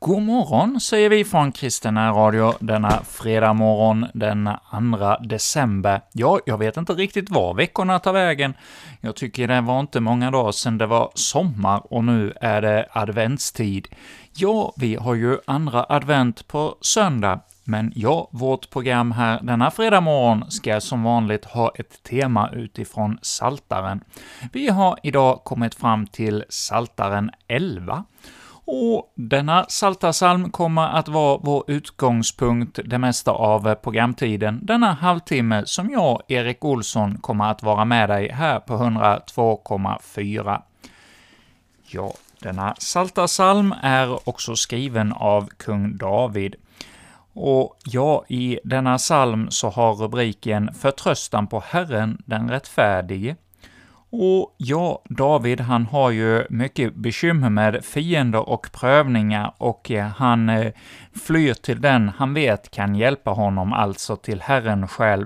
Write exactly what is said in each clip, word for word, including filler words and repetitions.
God morgon säger vi från Kristen Radio denna fredag morgon den andra december. Ja, jag vet inte riktigt var veckorna tar vägen. Jag tycker det var inte många dagar sedan det var sommar och nu är det adventstid. Ja, vi har ju andra advent på söndag. Men ja, vårt program här denna fredag morgon ska som vanligt ha ett tema utifrån Psaltaren. Vi har idag kommit fram till Psaltaren elva. Och denna psaltarpsalm kommer att vara vår utgångspunkt det mesta av programtiden, denna halvtimme som jag, Erik Olsson, kommer att vara med dig här på hundratvå komma fyra. Ja, denna psaltarpsalm är också skriven av kung David. Och ja, i denna psalm så har rubriken Förtröstan på Herren, den rättfärdige. Och ja, David han har ju mycket bekymmer med fiender och prövningar och han eh, flyr till den han vet kan hjälpa honom, alltså till Herren själv.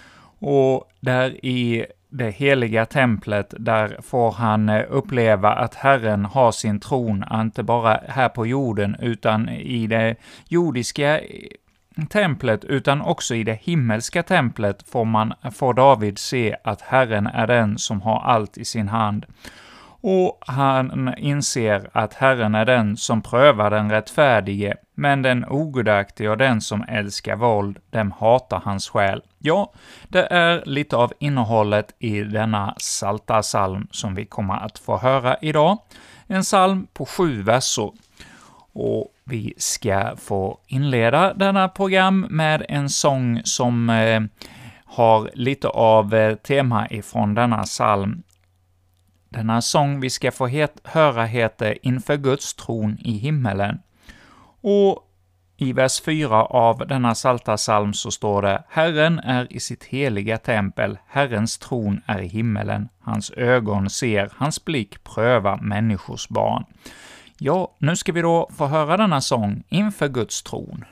Och där i det heliga templet, där får han eh, uppleva att Herren har sin tron, inte bara här på jorden utan i det jordiska templet, utan också i det himmelska templet får man får David se att Herren är den som har allt i sin hand. Och han inser att Herren är den som prövar den rättfärdige, men den ogudaktige och den som älskar våld, dem hatar hans själ. Ja, det är lite av innehållet i denna psaltarpsalm som vi kommer att få höra idag. En psalm på sju versor. Och vi ska få inleda denna program med en sång som eh, har lite av eh, tema ifrån denna psalm. Denna sång vi ska få het- höra heter Inför Guds tron i himmelen. Och i vers fyra av denna psaltarpsalm så står det: Herren är i sitt heliga tempel, Herrens tron är i himmelen, hans ögon ser, hans blick prövar människors barn. Ja, nu ska vi då få höra denna sång Inför Guds tron.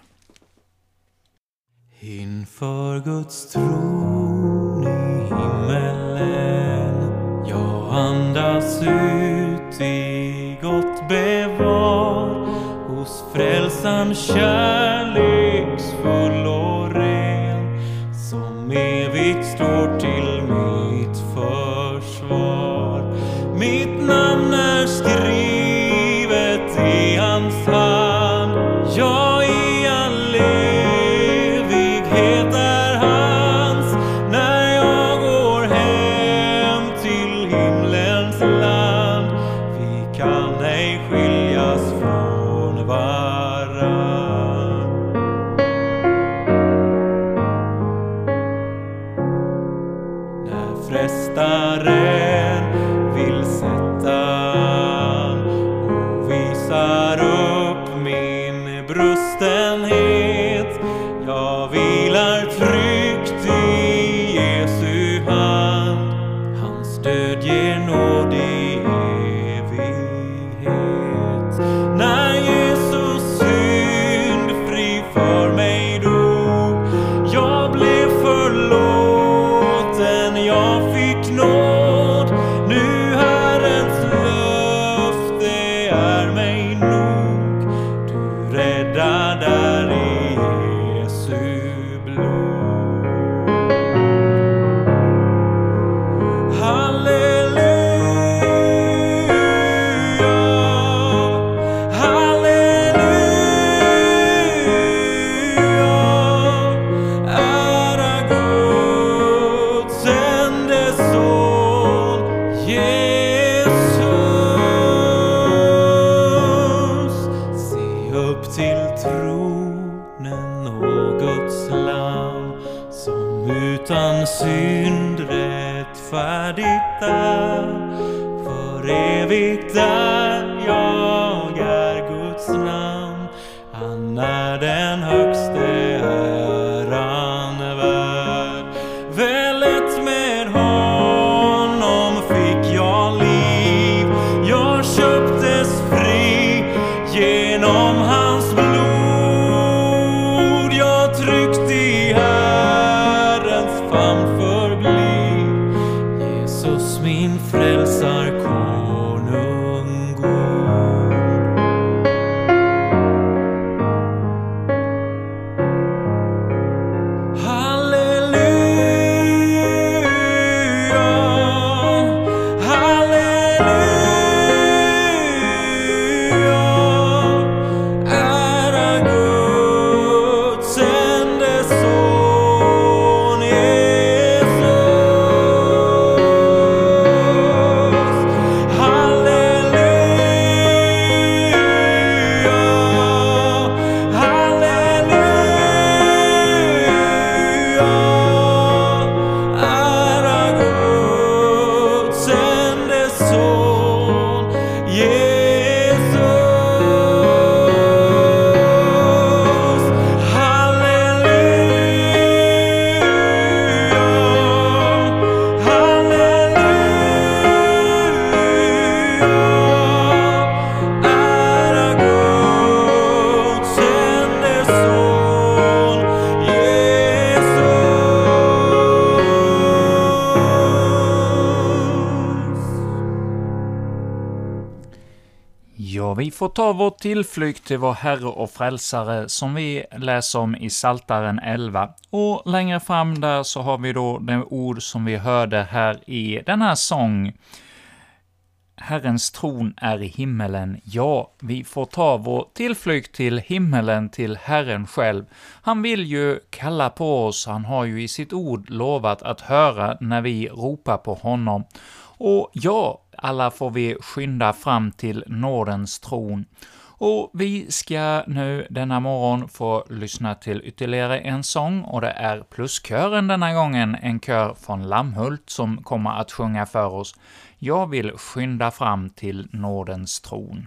Inför Guds tron i himmelen, jag andas ut i gott bevar, hos frälsaren kärleksfull och ren, som evigt står till mitt försvar. Mitt namn är skrivet i hans hand, ja, i all evighet är hans. När jag går hem till himlens land, vi kan ej skiljas från varann. När frestaren vill sätta upp min brustenhet, jag vilar tryggt i Jesu hand, hans stöd ger nåd i evighet. När Jesus syndfri för mig dog, jag blev förlåten, jag fick nåd. Nu Herrens löfte är mig nog, du räddar i Jesu blod. Halleluja, halleluja, ära Guds ende son, Jesus. Se upp till tronen och Guds lam, som utan synd rättfärdigt är. För evigt är jag är Guds namn, han är den högste äran värd. Välet med honom fick jag liv, jag köptes fri genom hans blod. Jag tryckt i Herrens famn förblir, Jesus min frälsar konung ära Guds enda son Jesus. Ja, vi får ta vår tillflykt till vår Herre och Frälsare som vi läser om i Psaltaren elva. Och längre fram där så har vi då det ord som vi hörde här i den här sång. Herrens tron är i himmelen. Ja, vi får ta vår tillflykt till himmelen, till Herren själv. Han vill ju kalla på oss, han har ju i sitt ord lovat att höra när vi ropar på honom. Och ja, alla får vi skynda fram till nådens tron. Och vi ska nu denna morgon få lyssna till ytterligare en sång, och det är pluskören denna gången, en kör från Lammhult som kommer att sjunga för oss. Jag vill skynda fram till nådens tron.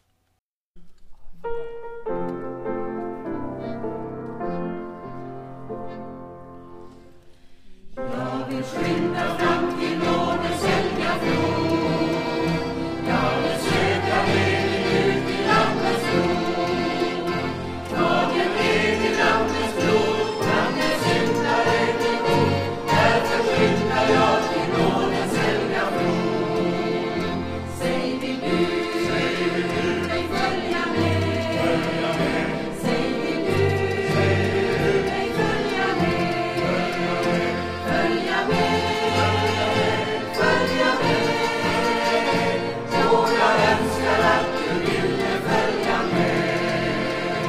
Jag vill skynda fram till nådens helga tron. Jag vill söka vägen ut till Lammets tron. Tagen är till Lammets tron, Lammets syndare till god. Därför skyndar jag till nådens helga tron. Säg vill du, säg vill du mig följa med? Följa med. Säg vill du, säg vill du mig följa med? Följa med. Följa med, följa med. Jo, jag önskar att du ville följa med.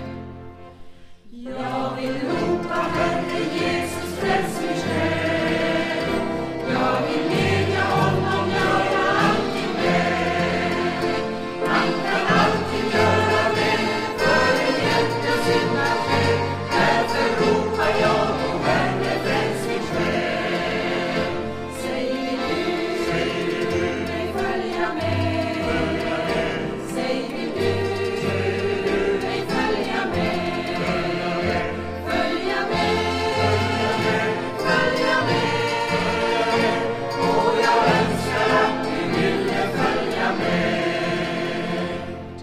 Jag vill ropa Herre Jesus, fräls min själ. Jag vill medja honom, göra allting väl. Han kan allting göra väl för en hjältes syndar själ. Därför ropar jag på Herre, fräls min själ. Säg vill du, säg vill du mig följa med? Följa med. Säg vill du, säg vill du mig följa med? Följa med. Följa med, följa med. Och jag önskar att du ville följa med.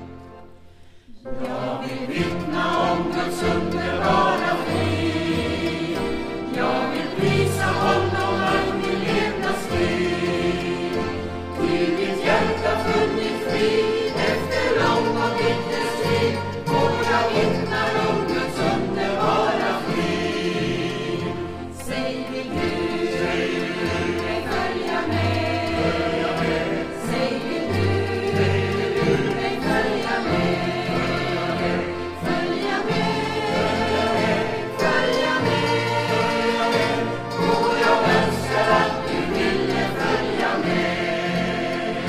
Jag vill vittna om Guds underbara frid. Jag vill prisa honom all min levnadstid. Till mitt hjärta funnit frid efter lång och bitter strid. Och jag vittnar om Guds underbara frid. Säg vill du, säg vill du mig följa med? Följa med. Säg vill du, säg vill du mig följa med? Följa med, följa med. Och jag önskar att du ville följa med.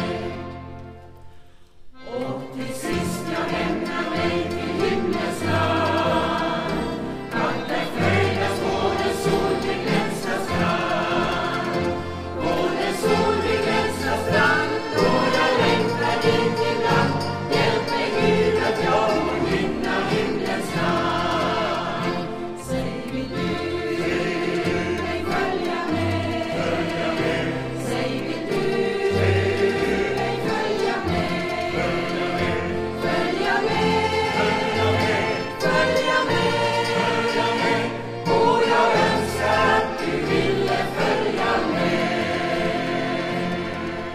Och till sist jag lämnar mig till himlens land. Att där färdas både solbeglänsta strand. Både solbeglänsta strand. Och jag längtar dit ibland. Hjälp mig Gud att jag må vinna himlens land. Säg vill du, säg vill du mig följa med? Följa med. Säg vill du, säg vill du mig följa med? Följa med. Följa med, följa med. Och jag önskar att du ville följa med.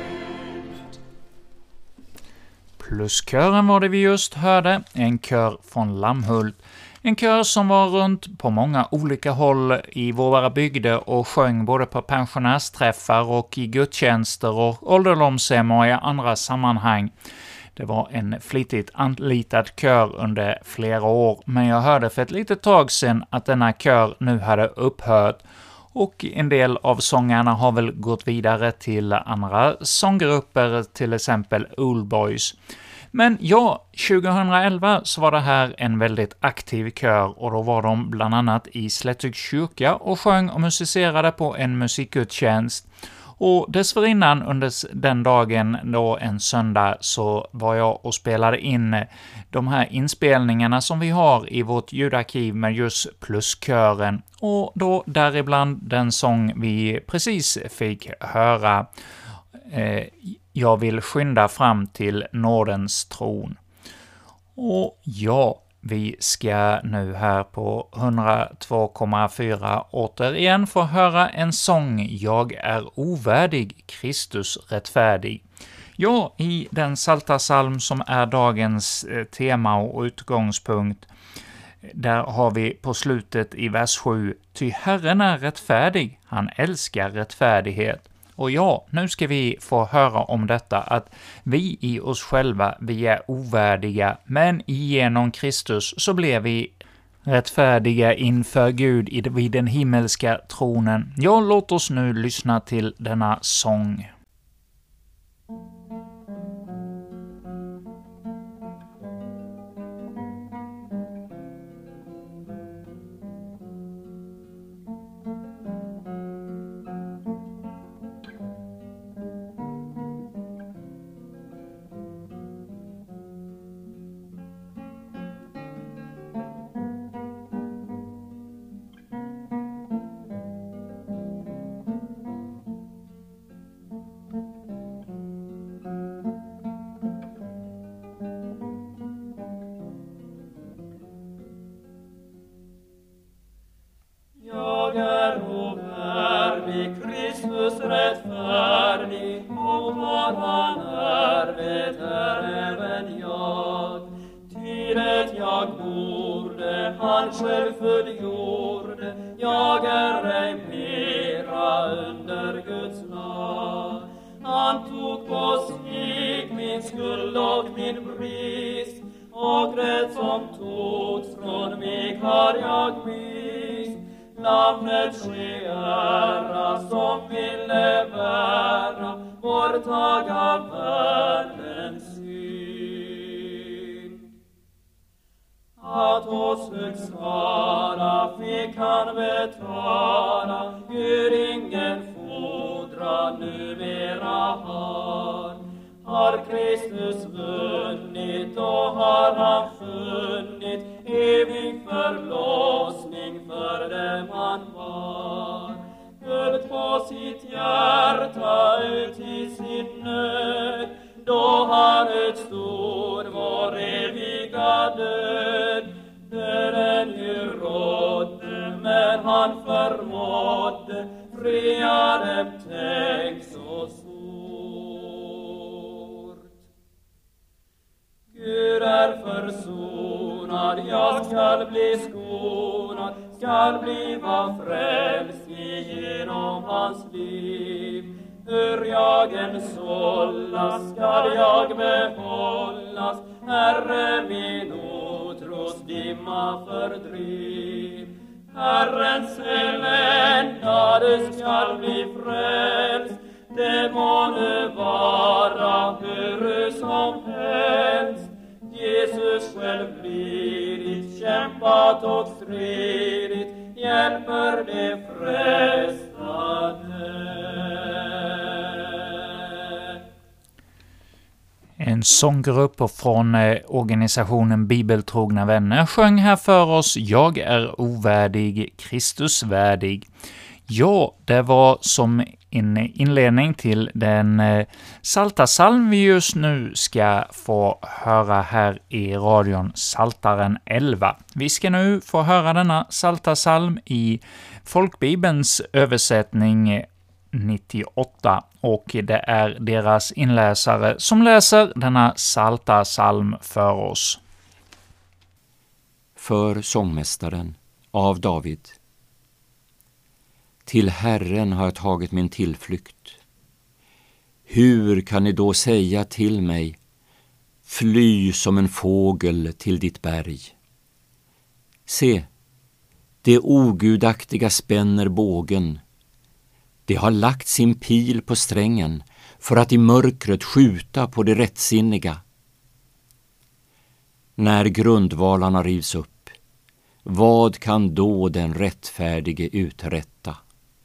Pluskören var det vi just hörde, en kör från Lammhult. En kör som var runt på många olika håll i våra bygder och sjöng både på pensionärsträffar och i gudstjänster och ålderdomshem och i andra sammanhang. Det var en flitigt anlitad kör under flera år, men jag hörde för ett litet tag sedan att denna kör nu hade upphört, och en del av sångarna har väl gått vidare till andra sånggrupper, till exempel Old Boys. Men ja, tjugohundraelva så var det här en väldigt aktiv kör, och då var de bland annat i Slättyks kyrka och sjöng och musicerade på en musikgudstjänst. Och dessförinnan under den dagen, då en söndag, så var jag och spelade in de här inspelningarna som vi har i vårt ljudarkiv med just pluskören, och då däribland den sång vi precis fick höra. Eh, jag vill skynda fram till nådens tron. Och ja, vi ska nu här på hundratvå komma fyra återigen få höra en sång, Jag är ovärdig, Kristus rättfärdig. Ja, i den psaltarpsalm som är dagens tema och utgångspunkt, där har vi på slutet i vers sju, ty Herren är rättfärdig, han älskar rättfärdighet. Och ja, nu ska vi få höra om detta, att vi i oss själva, vi är ovärdiga, men genom Kristus så blev vi rättfärdiga inför Gud vid den himmelska tronen. Ja, låt oss nu lyssna till denna sång. Jag är ovärdig, Kristus rättfärdig, och vad han är, det är även jag. Ty det jag borde, han själv fullgjorde, jag är ej mera under Guds lag. Han tog på sig min skuld och min brist, och det som togs från mig har jag mist. Namnet ske ära som ville bära, borttaga världens synd. Att oss högst svara fick han betala, Gud ingen fordran numera har. Har Kristus vunnit och har han funnit evig förlossning för dem han var. Höll på sitt hjärta ut i sin nöd, då han utstod vår eviga död. Döden ju rådde, men han förmådde fria dem, tänk så stort. Gud är försonad, jag skall bli skonad, skall bliva frälst genom hans liv. Hur jag än sållas, skall jag behållas, Herre min otros dimma fördriv. Herrens eländade skall bli frälst, det må nu vara hur som helst. Jesus själv lidit, kämpat och stridit, hjälper de frestade. En sånggrupp från organisationen Bibeltrogna vänner sjöng här för oss Jag är ovärdig, Kristus värdig. Ja, det var som en inledning till den psaltarpsalm vi just nu ska få höra här i radion, Psaltaren elva. Vi ska nu få höra denna psaltarpsalm i Folkbibelns översättning nittioåtta, och det är deras inläsare som läser denna psaltarpsalm för oss. För sångmästaren av David. Till Herren har jag tagit min tillflykt. Hur kan ni då säga till mig, fly som en fågel till ditt berg? Se, det ogudaktiga spänner bågen. Det har lagt sin pil på strängen för att i mörkret skjuta på det rättsinniga. När grundvalarna rivs upp, vad kan då den rättfärdige uträtta?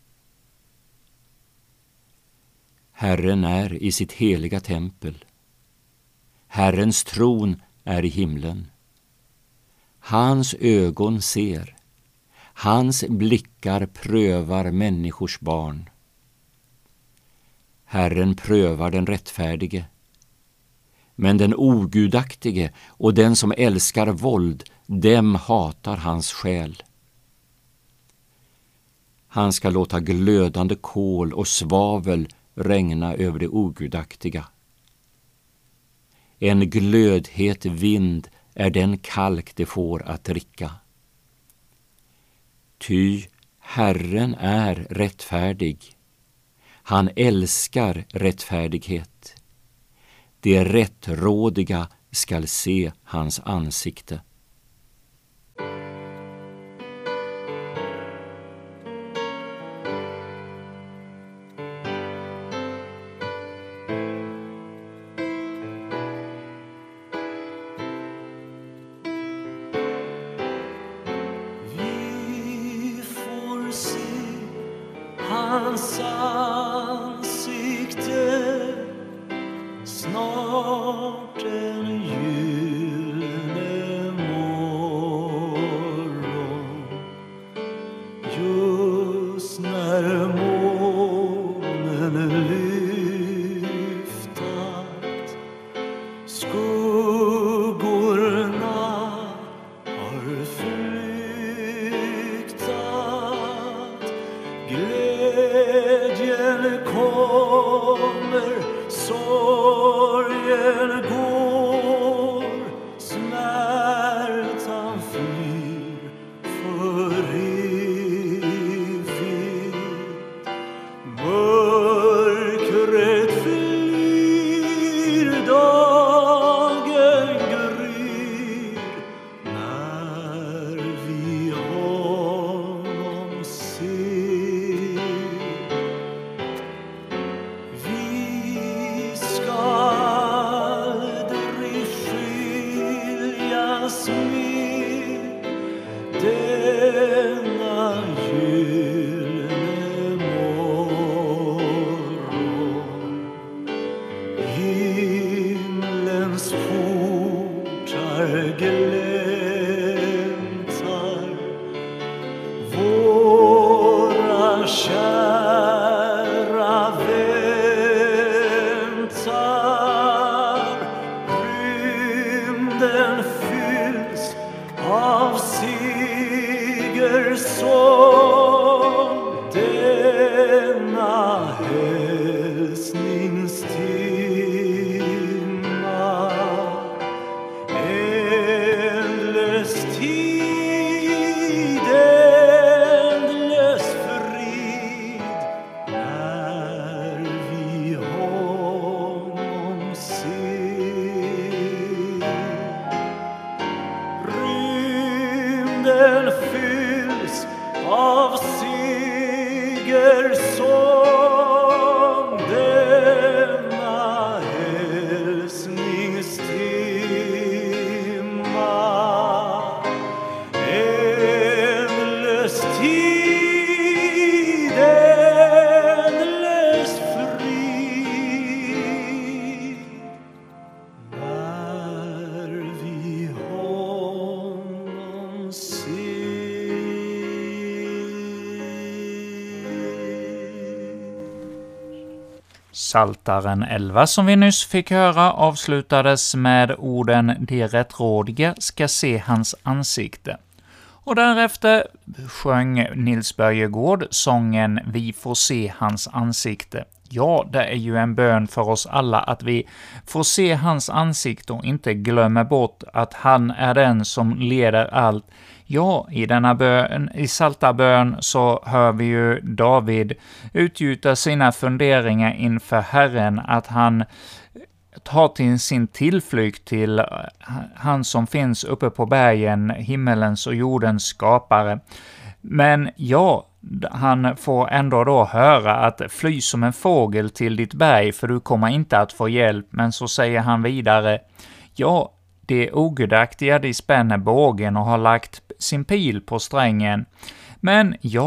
Herren är i sitt heliga tempel. Herrens tron är i himlen. Hans ögon ser, hans blickar prövar människors barn. Herren prövar den rättfärdige, men den ogudaktige och den som älskar våld, dem hatar hans själ. Han ska låta glödande kol och svavel regna över det ogudaktiga. En glödhet vind är den kalk det får att dricka. Ty Herren är rättfärdig. Han älskar rättfärdighet. Det rättrådiga skall se hans ansikte. Hans ansikte snart en gyllene morgon, just när månen lyftat, skuggorna har flyktat. Glädjen kommer, sorgen går, smärtan flyr för evigt. Mörkret flyr, dagen gryr, när vi honom ser. Vi ska aldrig skiljas med denna gyllene morgon. Himlens portar gläntar, våra kära väntar. Rymden fylls av segersång, denna hälsningstimma. Ändlös tid, ändlös frid, när vi honom ser. Rymden fylls av segersång, denna hälsningstimma. Ändlös tid, ändlös frid, när vi honom ser. Psaltaren elva som vi nyss fick höra avslutades med orden ”De rättrådiga ska se hans ansikte”. Och därefter sjöng Nils Börjegård sången ”Vi får se hans ansikte”. Ja, det är ju en bön för oss alla att vi får se hans ansikte och inte glömmer bort att han är den som leder allt. Ja, i denna bön, i psaltarbön så hör vi ju David utgjuta sina funderingar inför Herren, att han tar till sin tillflykt till han som finns uppe på bergen, himmelens och jordens skapare. Men ja, han får ändå då höra att fly som en fågel till ditt berg, för du kommer inte att få hjälp. Men så säger han vidare, ja, det ogudaktiga de spänner bågen och har lagt sin pil på strängen. Men ja,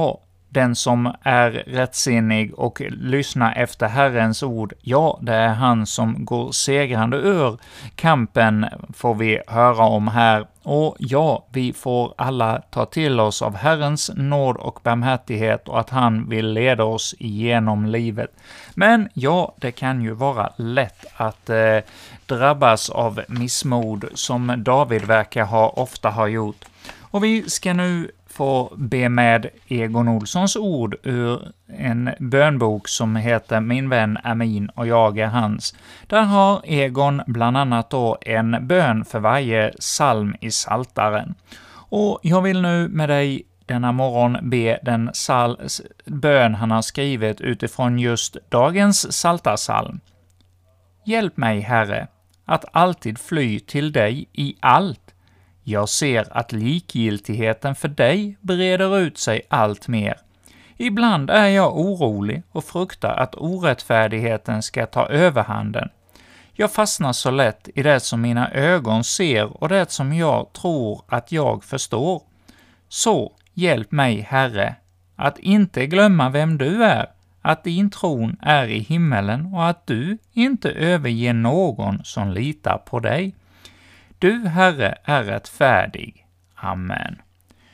den som är rättsinnig och lyssnar efter Herrens ord, ja, det är han som går segrande ur kampen, får vi höra om här. Och ja, vi får alla ta till oss av Herrens nåd och barmhärtighet och att han vill leda oss igenom livet. Men ja, det kan ju vara lätt att eh, drabbas av missmod som David verkar ha ofta ha gjort. Och vi ska nu få be med Egon Olssons ord ur en bönbok som heter Min vän är min och jag är hans. Där har Egon bland annat då en bön för varje psalm i Psaltaren. Och jag vill nu med dig denna morgon be den sal- bön han har skrivit utifrån just dagens psaltarpsalm. Hjälp mig, Herre, att alltid fly till dig i allt. Jag ser att likgiltigheten för dig breder ut sig allt mer. Ibland är jag orolig och fruktar att orättfärdigheten ska ta överhanden. Jag fastnar så lätt i det som mina ögon ser och det som jag tror att jag förstår. Så hjälp mig, Herre, att inte glömma vem du är, att din tron är i himmelen och att du inte överger någon som litar på dig. Du, Herre, är rättfärdig. Amen.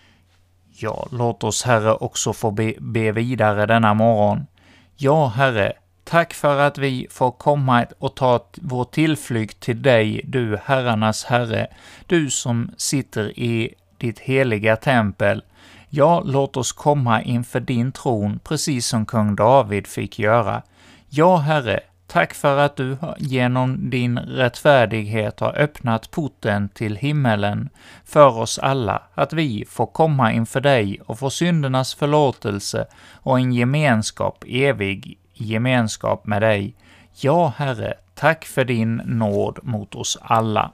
Ja, låt oss, Herre, också få be, be vidare denna morgon. Ja, Herre, tack för att vi får komma och ta vår tillflykt till dig, du herrarnas Herre, du som sitter i ditt heliga tempel. Ja, låt oss komma inför din tron, precis som kung David fick göra. Ja, Herre, tack för att du genom din rättfärdighet har öppnat porten till himmelen för oss alla, att vi får komma inför dig och få syndernas förlåtelse och en gemenskap, evig gemenskap med dig. Ja, Herre, tack för din nåd mot oss alla.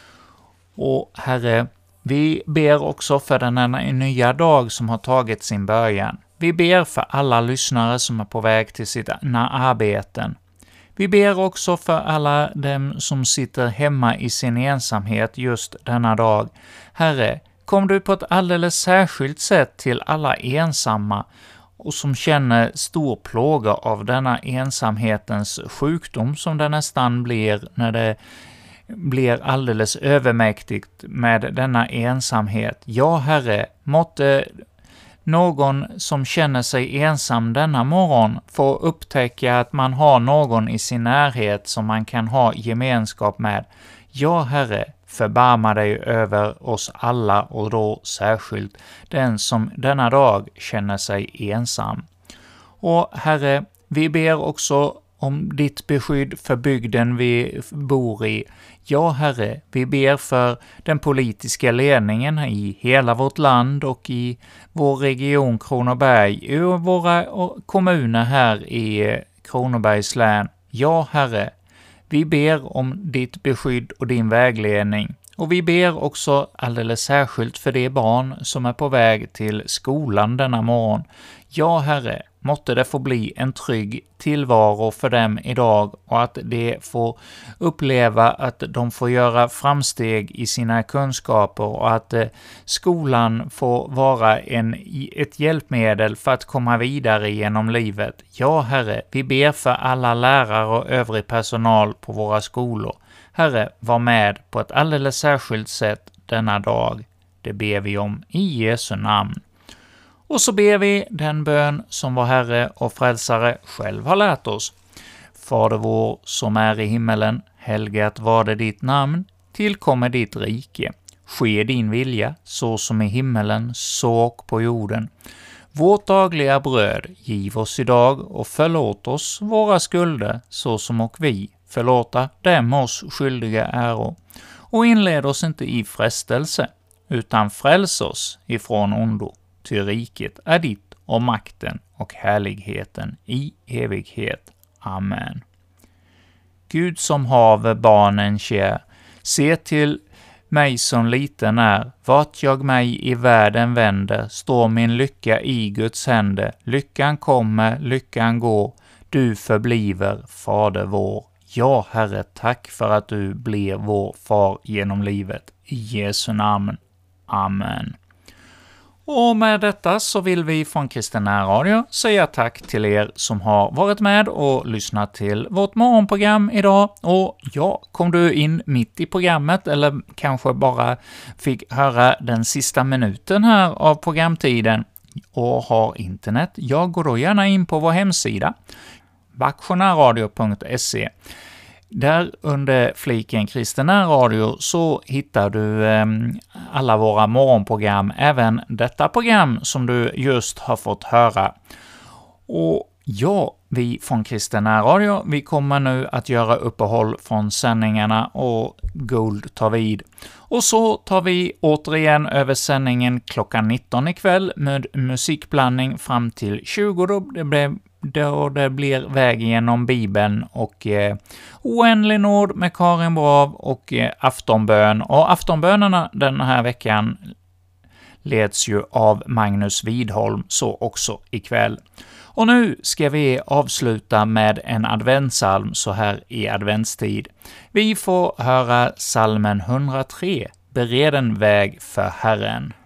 Och Herre, vi ber också för denna nya dag som har tagit sin början. Vi ber för alla lyssnare som är på väg till sina arbeten. Vi ber också för alla dem som sitter hemma i sin ensamhet just denna dag. Herre, kom du på ett alldeles särskilt sätt till alla ensamma och som känner stor plåga av denna ensamhetens sjukdom som det nästan blir när det blir alldeles övermäktigt med denna ensamhet. Ja, Herre, måtte någon som känner sig ensam denna morgon får upptäcka att man har någon i sin närhet som man kan ha gemenskap med. Ja, Herre, förbarma dig över oss alla och då särskilt den som denna dag känner sig ensam. Och Herre, vi ber också om ditt beskydd för bygden vi bor i. Ja, Herre, vi ber för den politiska ledningen i hela vårt land och i vår region Kronoberg, och våra kommuner här i Kronobergs län. Ja, Herre, vi ber om ditt beskydd och din vägledning. Och vi ber också alldeles särskilt för de barn som är på väg till skolan denna morgon. Ja, Herre, måtte det få bli en trygg tillvaro för dem idag och att de får uppleva att de får göra framsteg i sina kunskaper och att skolan får vara en, ett hjälpmedel för att komma vidare genom livet. Ja, Herre, vi ber för alla lärare och övrig personal på våra skolor. Herre, var med på ett alldeles särskilt sätt denna dag. Det ber vi om i Jesu namn. Och så ber vi den bön som vår Herre och Frälsare själv har lärt oss. Fader vår som är i himmelen, helgat varde ditt namn, tillkommer ditt rike. Ske din vilja, så som i himmelen, så och på jorden. Vårt dagliga bröd giv oss idag och förlåt oss våra skulder, så som och vi förlåta dem oss skyldiga äro. Och inled oss inte i frestelse, utan fräls oss ifrån ondo. Ty riket är ditt och makten och härligheten i evighet. Amen. Gud som have barnen kär, se till mig som liten är, vart jag mig i världen vänder, står min lycka i Guds händer. Lyckan kommer, lyckan går, du förbliver, Fader vår. Ja, Herre, tack för att du blir vår far genom livet. I Jesu namn. Amen. Och med detta så vill vi från Kristen Närradio säga tack till er som har varit med och lyssnat till vårt morgonprogram idag. Och ja, kom du in mitt i programmet eller kanske bara fick höra den sista minuten här av programtiden och har internet, jag går då gärna in på vår hemsida vaktionärradio punkt se. Där under fliken Kristen Närradio så hittar du eh, alla våra morgonprogram, även detta program som du just har fått höra. Och ja, vi från Kristen Närradio, vi kommer nu att göra uppehåll från sändningarna och Gold tar vid. Och så tar vi återigen över sändningen klockan nitton ikväll med musikblandning fram till tjugo, då det blev då det blir Väg genom Bibeln och eh, Oändlig nåd med Karin Brav och eh, aftonbön. Och aftonbönerna den här veckan leds ju av Magnus Widholm, så också ikväll. Och nu ska vi avsluta med en adventsalm så här i adventstid. Vi får höra salmen hundratre, Bered en väg för Herren.